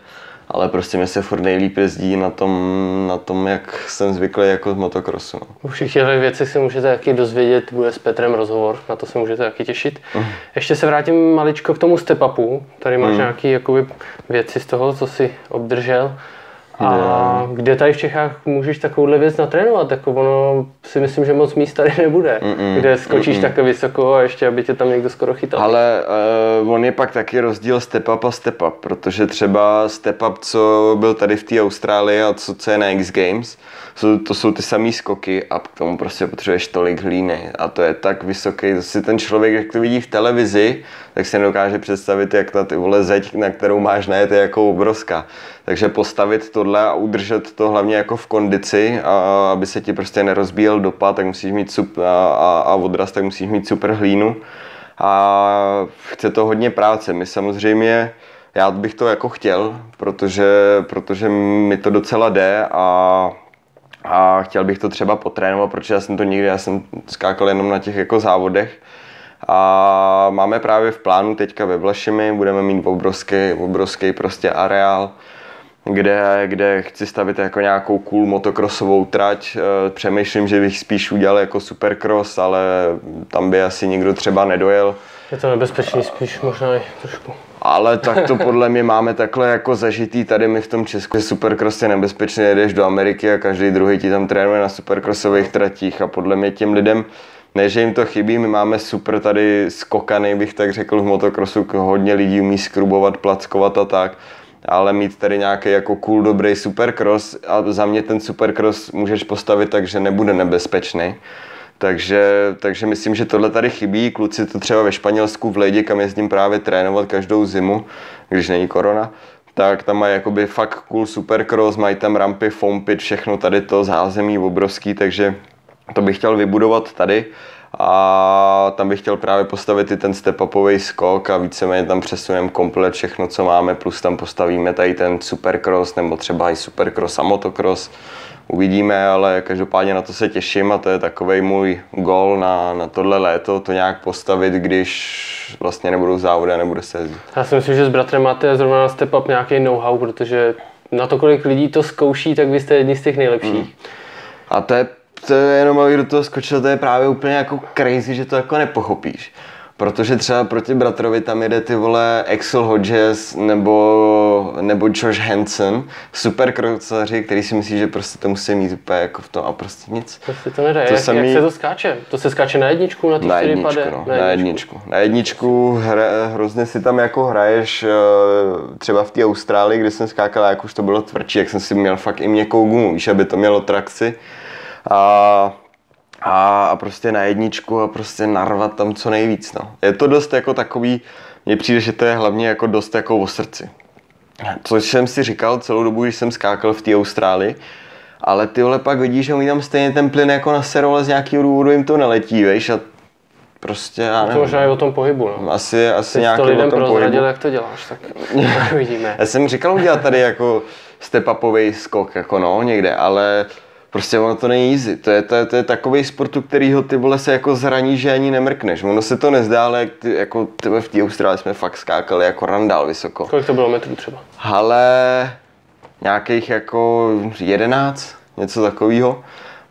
ale prostě mi se furt nejlíp jezdí na tom, na tom jak jsem zvyklý jako z motokrosu. No. U všech těch věcí se můžete taky dozvědět, bude s Petrem rozhovor, na to se můžete taky těšit. Mm. Ještě se vrátím maličko k tomu step-upu, tady máš mm. nějaké jakoby věci z toho, co jsi obdržel. A yeah. kde tady v Čechách můžeš takovouhle věc natrénovat? Jako ono si myslím, že moc míst tady nebude, Mm-mm. kde skočíš Mm-mm. tak vysoko a ještě, aby tě tam někdo skoro chytal. Ale uh, on je pak taky rozdíl step up a step up, protože třeba step up, co byl tady v té Austrálii a co, co je na X Games, jsou, to jsou ty samý skoky a k tomu prostě potřebuješ tolik hlíny a to je tak vysoký, to si ten člověk, jak to vidí v televizi, tak si nedokáže představit, jak ta ty vole zeď, na kterou máš najet, je jako obrovská. Takže postavit tohle a udržet to hlavně jako v kondici, a aby se ti prostě nerozbíjel dopad, tak musíš mít super, a, a, a odraz, tak musíš mít super hlínu. A chce to hodně práce. My samozřejmě, já bych to jako chtěl, protože, protože mi to docela jde a, a chtěl bych to třeba potrénovat, protože já jsem to nikdy, já jsem skákal jenom na těch jako závodech. A máme právě v plánu teďka ve Vlašimi, budeme mít obrovský, obrovský prostě areál, kde, kde chci stavit jako nějakou cool motokrosovou trať. Přemýšlím, že bych spíš udělal jako supercross, ale tam by asi nikdo třeba nedojel. Je to nebezpečný spíš možná i trošku. Ale tak to podle mě máme takhle jako zažitý tady my v tom Česku. Supercross je nebezpečný, jedeš do Ameriky a každý druhý ti tam trénuje na supercrossových tratích a podle mě těm lidem ne, že jim to chybí, my máme super tady skokany, bych tak řekl, v motokrosu, hodně lidí umí skrubovat, plackovat a tak, ale mít tady nějaký jako cool, dobrý supercross a za mě ten supercross můžeš postavit tak, že nebude nebezpečný. Takže, takže myslím, že tohle tady chybí, kluci to třeba ve Španělsku v Lejdě, kam jezdím právě trénovat každou zimu, když není korona, tak tam mají jakoby fakt cool supercross, mají tam rampy, foam pit, všechno tady to zázemí obrovský, takže to bych chtěl vybudovat tady a tam bych chtěl právě postavit i ten step-upový skok a víceméně tam přesuneme komplet všechno, co máme, plus tam postavíme tady ten supercross nebo třeba i supercross a motocross. Uvidíme, ale každopádně na to se těším a to je takovej můj gól na, na tohle léto, to nějak postavit, když vlastně nebudou závody a nebude se jezdit. Já si myslím, že s bratrem máte zrovna na step-up nějaký know-how, protože na to, kolik lidí to zkouší, tak vy jste jedni z těch nejlepších. Hmm. A to je To je jenom, abych do toho skočil, to je právě úplně jako crazy, že to jako nepochopíš. Protože třeba proti bratrovi tam jede ty vole Axel Hodges nebo, nebo Josh Hansen, supercrossaři, který si myslí, že prostě to musí mít úplně jako v tom a prostě nic. Prostě to nedá, to jak, samý... jak se to skáče? To se skáče na jedničku, na ty na čtyři jedničku, pade? No, na, na jedničku. Na jedničku hra, hrozně si tam jako hraješ, třeba v té Austrálii, kde jsem skákal, jak už to bylo tvrdší, jak jsem si měl fakt i měkkou gumu, víš, aby to mělo trakci. A, a, a prostě na jedničku a prostě narvat tam co nejvíc, no. Je to dost jako takový, mně přijde, že to je hlavně jako dost jako o srdci. Což jsem si říkal celou dobu, když jsem skákal v té Austrálii, ale ty vole pak vidíš, že oni tam stejně ten plyn jako na serou, ale z nějakého důvodu jim to neletí, víš, a prostě já nevím. To možná i o tom pohybu, no. Asi, asi nějaký o tom pohybu. Teď to lidem prozradil, jak to děláš, tak uvidíme. Já jsem říkal udělat tady jako step-upový skok, jako no, někde, ale prostě ono to není easy, to je, to je, to je takovej sport, u kterýho ty vole se jako zraní, že ani nemrkneš. Ono se to nezdá, ale ty, jako tebe v té Austrálii jsme fakt skákali jako randál vysoko. Kolik to bylo metrů třeba? Ale nějakých jako jedenáct, něco takového.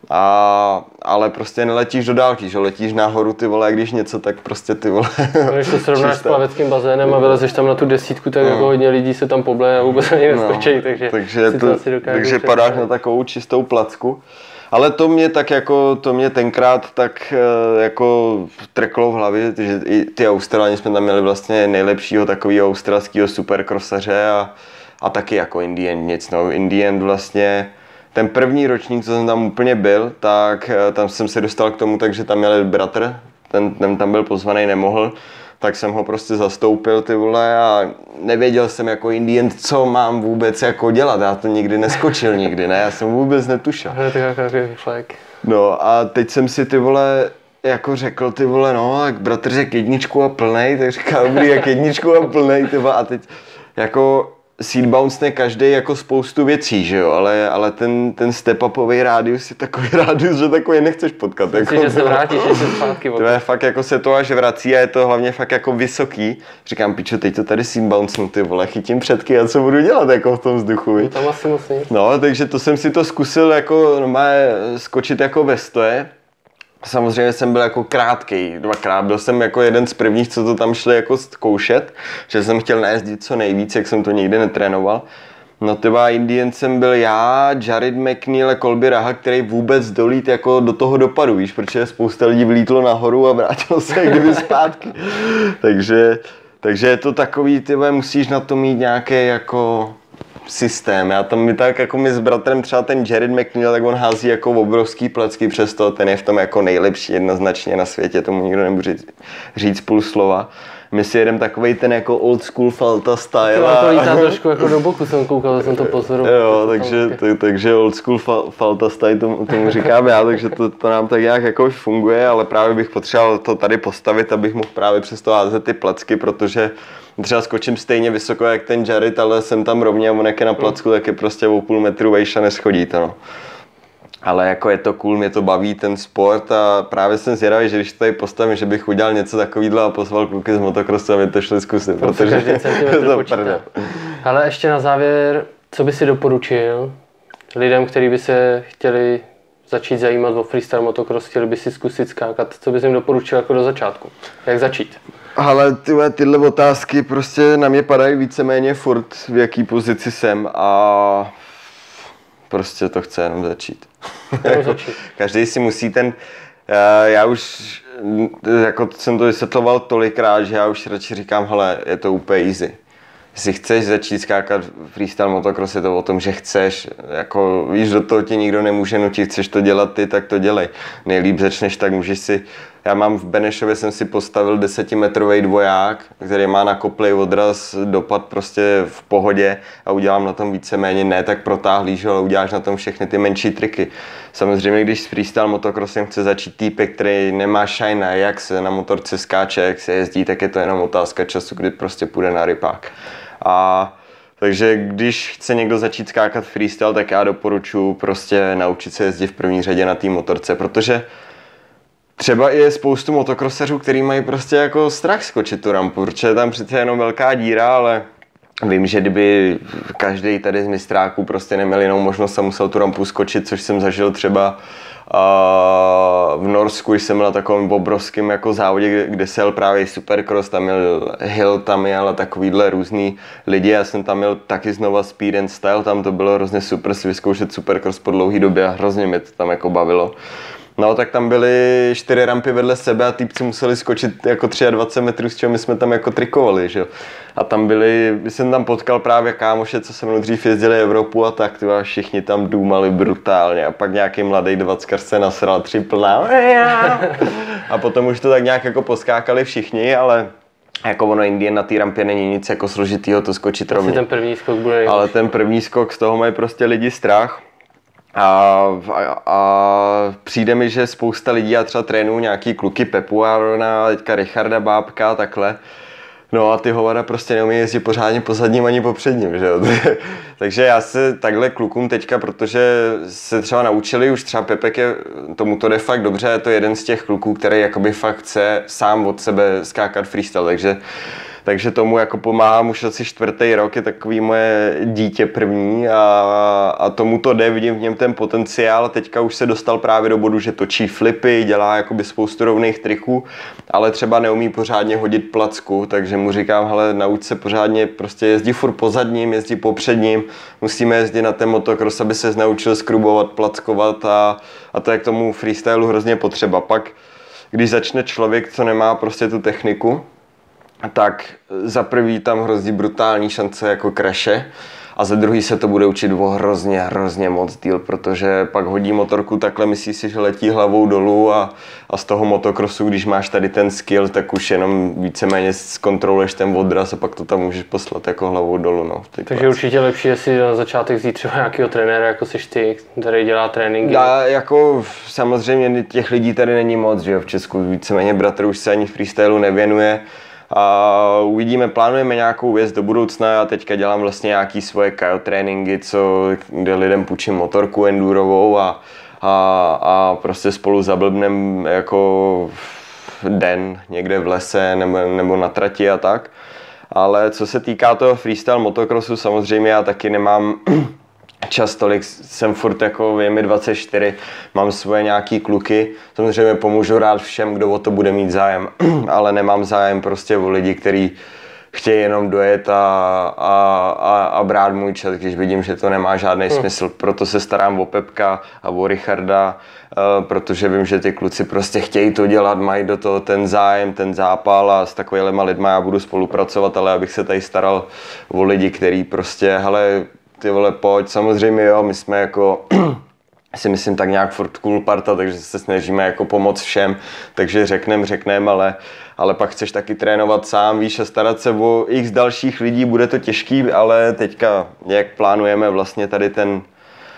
A, ale prostě neletíš do dálky, že letíš nahoru ty vole, a když něco, tak prostě ty vole. No, když to srovnáš s plaveckým bazénem a vylezeš tam na tu desítku, tak no. jako hodně lidí se tam pobleje a vůbec ani neskočí, no, takže, takže, to, takže padáš na takovou čistou placku. Ale to mě tak jako, to mě tenkrát tak jako trklo v hlavě, že i ty Australani jsme tam měli vlastně nejlepšího takového australského supercrossaře a, a taky jako in the end nic, no, in the end vlastně. Ten první ročník, co jsem tam úplně byl, tak tam jsem se dostal k tomu, takže tam měl bratr, ten, ten tam byl pozvaný, nemohl, tak jsem ho prostě zastoupil ty vole a nevěděl jsem jako Indian, co mám vůbec jako dělat, já to nikdy neskočil nikdy, ne, já jsem vůbec netušil. No a teď jsem si ty vole jako řekl ty vole, no, jak bratr řekl jedničku a plnej, tak říká dobrý, jak jedničku a plnej, ty vole, a teď jako seat bounce každý jako spoustu věcí, že jo, ale, ale ten, ten step-upový rádius je takový rádius, že takový nechceš potkat. Myslíš, jako, že se vrátíš ještě zpátky. To je fakt jako se to až vrací a je to hlavně fakt jako vysoký. Říkám, pičo, teď to tady seat bounce, ty vole, chytím předky a co budu dělat jako v tom vzduchu, viď? Tam asi musím. No, takže to jsem si to zkusil jako, no, má skočit jako ve stoje. Samozřejmě jsem byl jako krátkej, dvakrát. Byl jsem jako jeden z prvních, co to tam šli jako zkoušet, že jsem chtěl najezdit co nejvíc, jak jsem to nikdy netrénoval. No tyba Indian jsem byl já, Jared McNeil a Colby Raha, který vůbec dolít jako do toho dopadu, víš, protože spousta lidí vlítlo nahoru a vrátilo se jak kdyby zpátky. takže, takže je to takový, tyba, musíš na to mít nějaký jako systém. Já tam mi tak jako my s bratrem třeba ten Jared McNeil, tak on hází jako obrovský plecky, přesto ten je v tom jako nejlepší jednoznačně na světě, tomu nikdo nemůže říct půl slova. My si jedeme takovej ten jako old school Falta style. To, to lítá trošku jako do boku, jsem koukal, jsem to pozoroval. Jo, takže, to, takže old school Falta style tomu, tomu říkám já, takže to, to nám tak nějak jako funguje, ale právě bych potřeboval to tady postavit, abych mohl právě přesto házet ty placky, protože třeba skočím stejně vysoko jak ten Jared, ale jsem tam rovně a on jak je na placku, tak je prostě o půl metru vejš a neschodí to, no. Ale jako je to cool, mě to baví ten sport a právě jsem zvědavý, že když to tady postavím, že bych udělal něco takovýhle a pozval kluky z motocrossu, aby to šli zkusit, to protože to počítá. Ale ještě na závěr, co by si doporučil lidem, kteří by se chtěli začít zajímat o freestyle motocross, chtěli by si zkusit skákat, co bys jim doporučil jako do začátku? Jak začít? Ale tyhle, tyhle otázky prostě na mě padají víceméně furt, v jaký pozici jsem a prostě to chce jenom začít. Jenom začít. Každý si musí ten, já už jako jsem to vysvětloval tolikrát, že já už radši říkám, hele, je to úplně easy. Jestli chceš začít skákat freestyle motocross, je to o tom, že chceš, jako víš, do toho ti nikdo nemůže nutit, chceš to dělat ty, tak to dělej. Nejlíp začneš, tak můžeš si, já mám v Benešově jsem si postavil desetimetrový dvoják, který má nakoplej odraz, dopad prostě v pohodě a udělám na tom víceméně ne tak protáhlý, že, ale uděláš na tom všechny ty menší triky. Samozřejmě, když s freestyle motocrossem chce začít týpek, který nemá shine, jak se na motorce skáče, jak se jezdí, tak je to jenom otázka času, kdy prostě půjde na rypák. A takže když chce někdo začít skákat freestyle, tak já doporučuji prostě naučit se jezdit v první řadě na té motorce, protože třeba je spoustu motokrosařů, kteří mají prostě jako strach skočit tu rampu, protože je tam přece jenom velká díra, ale vím, že kdyby každý tady z mistráků prostě neměl jinou možnost a musel tu rampu skočit, což jsem zažil třeba v Norsku, jsem byl na takovém obrovském jako závodě, kde, kde se jel právě Supercross, tam měl Hill, tam jel a takovýhle různý lidi, já jsem tam měl taky znova Speed and Style, tam to bylo hrozně super si vyzkoušet Supercross po dlouhý době a hrozně mě to tam jako bavilo. No, tak tam byly čtyři rampy vedle sebe a týpci museli skočit jako dvacet tři metrů, s čím my jsme tam jako trikovali, že jo. A tam byli, jsem tam potkal právě kámoše, co se mnou dřív jezdili Evropu a tak, tyva, všichni tam důmali brutálně a pak nějaký mladý dvackař se nasral triplná a potom už to tak nějak jako poskákali všichni, ale jako ono Indian na té rampě není nic jako složitýho to skočit rovně. Ten první skok bude nejlepší. Ale ten první skok, z toho mají prostě lidi strach. A, a, a přijde mi, že spousta lidí, já třeba trénuju nějaký kluky Pepu Arona, teďka Richarda Bábka, takhle. No a ty hovada prostě neumí jezdit pořádně po zadním ani po předním, že jo. Takže já se takhle klukům teďka, protože se třeba naučili, už třeba Pepek je, tomu to jde fakt dobře, je to jeden z těch kluků, který jakoby fakt chce sám od sebe skákat freestyle, takže Takže tomu jako pomáhám už asi čtvrtý rok, je takový moje dítě první a, a tomu to jde, vidím v něm ten potenciál. Teďka už se dostal právě do bodu, že točí flipy, dělá jakoby spoustu rovných triků, ale třeba neumí pořádně hodit placku, takže mu říkám, hele, nauč se pořádně, prostě jezdí furt po zadním, jezdí po předním, musíme jezdit na ten motocross, aby se naučil skrubovat, plackovat a, a to je k tomu freestylu hrozně potřeba. Pak, když začne člověk, co nemá prostě tu techniku, tak za prvý tam hrozí brutální šance jako crashe a za druhý se to bude učit o hrozně, hrozně moc díl, protože pak hodí motorku takhle, myslí si, že letí hlavou dolů a, a z toho motocrossu, když máš tady ten skill, tak už jenom víceméně zkontroluješ ten odraz a pak to tam můžeš poslat jako hlavou dolů. No, takže práci. Určitě lepší, jestli na začátek vzít třeba nějakého trenéra, jako seš ty, který dělá tréninky. Já, jako samozřejmě těch lidí tady není moc, že jo, v Česku víceméně bratr už se ani freestylu nevěnuje. A uvidíme, plánujeme nějakou věc do budoucna. Já teďka dělám vlastně nějaký svoje kajo tréninky, co, kde lidem půjčím motorku endurovou a, a, a prostě spolu zablbnem jako den někde v lese nebo, nebo na trati a tak. Ale co se týká toho freestyle motocrossu, samozřejmě já taky nemám čas tolik, jsem furt jako, je mi dvacet čtyři, mám svoje nějaký kluky, samozřejmě pomůžu rád všem, kdo o to bude mít zájem, ale nemám zájem prostě o lidi, kteří chtějí jenom dojet a, a, a, a brát můj čas, když vidím, že to nemá žádný hmm. smysl. Proto se starám o Pepka a o Richarda, uh, protože vím, že ty kluci prostě chtějí to dělat, mají do toho ten zájem, ten zápal a s takovýhlema lidma já budu spolupracovat, ale abych se tady staral o lidi, kteří prostě, hele, ty vole, pojď, samozřejmě jo, my jsme jako, si myslím tak nějak furt cool parta, takže se snažíme jako pomoct všem, takže řeknem, řeknem, ale, ale pak chceš taky trénovat sám, víš, a starat se o x dalších lidí, bude to těžký, ale teďka, jak plánujeme vlastně tady ten uh,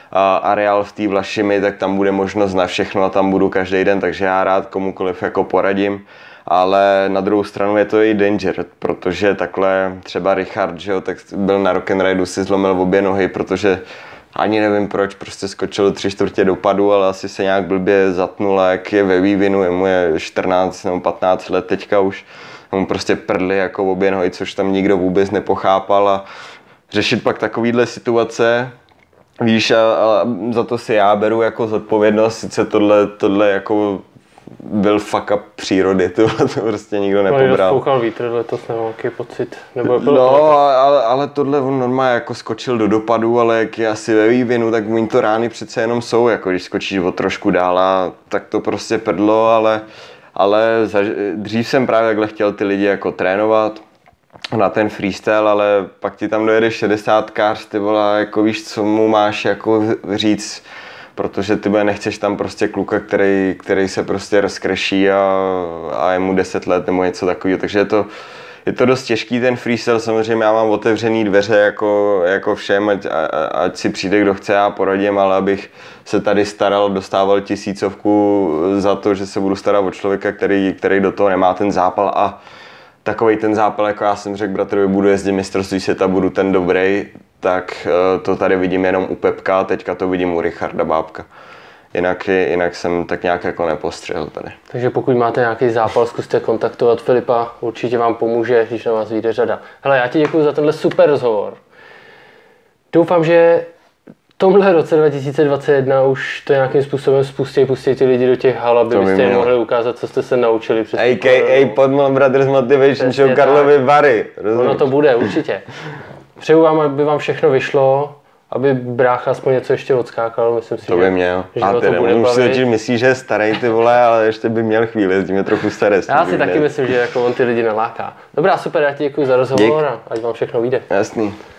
areál v té Vlašimi, tak tam bude možnost na všechno a tam budu každý den, takže já rád komukoliv jako poradím. Ale na druhou stranu je to i danger, protože takhle třeba Richard, že jo, tak byl na Rock'n'Ridu, si zlomil obě nohy, protože ani nevím proč, prostě skočil tři čtvrtě dopadu, ale asi se nějak blbě zatnul a jak je ve vývinu, mu je čtrnáct nebo patnáct let teďka už, mu prostě prdli jako obě nohy, což tam nikdo vůbec nepochápal a řešit pak takovýhle situace, víš, a, a za to si já beru jako zodpovědnost, sice tohle, tohle jako byl fuck up přírody, to, to prostě nikdo nepobral. No, foukal vítr letos, nebo jaký pocit? Nebo byl no, to ale, ale tohle on normálně jako skočil do dopadu, ale jak je asi ve vývinu, tak oni to rány přece jenom jsou, jako když skočíš o trošku dál a tak to prostě prdlo, ale, ale zaž, dřív jsem právě takhle chtěl ty lidi jako trénovat na ten freestyle, ale pak ti tam dojede šedesátkář, ty vole, jako víš, co mu máš jako říct, protože ty nechceš tam prostě kluka, který, který se prostě rozkreší a, a je mu deset let nebo něco takového, takže je to, je to dost těžký ten freestyle, samozřejmě já mám otevřený dveře jako, jako všem, ať, ať si přijde kdo chce, já poradím, ale abych se tady staral, dostával tisícovku za to, že se budu starat o člověka, který, který do toho nemá ten zápal a takovej ten zápal, jako já jsem řekl bratrovi, budu jezdit mistrovství světa, budu ten dobrý, tak to tady vidím jenom u Pepka, teďka to vidím u Richarda Bábka. Jinak, jinak jsem tak nějak jako nepostřehl tady. Takže pokud máte nějaký zápal, zkuste kontaktovat Filipa, určitě vám pomůže, když na vás vyjde řada. Hele, já ti děkuji za tenhle super rozhovor. Doufám, že v tomhle roce dva tisíce dvacet jedna už to nějakým způsobem spustí, pustí ty lidi do těch hal, aby byste jim mohli ukázat, co jste se naučili. A K A Podmol Brothers Motivation Show Karlovy Vary. Rozumíš? Ono to bude, určitě. Přeju vám, aby vám všechno vyšlo, aby brácha aspoň něco ještě odskákal, myslím si, to by měl. že a to bude už si myslíš, že je starý ty vole, ale ještě by měl chvíli, jezdí mě trochu staré. Já si taky myslím, že jako on ty lidi naláká. Dobrá, super, já ti děkuji za rozhovor a ať vám všechno vyjde. Jasný.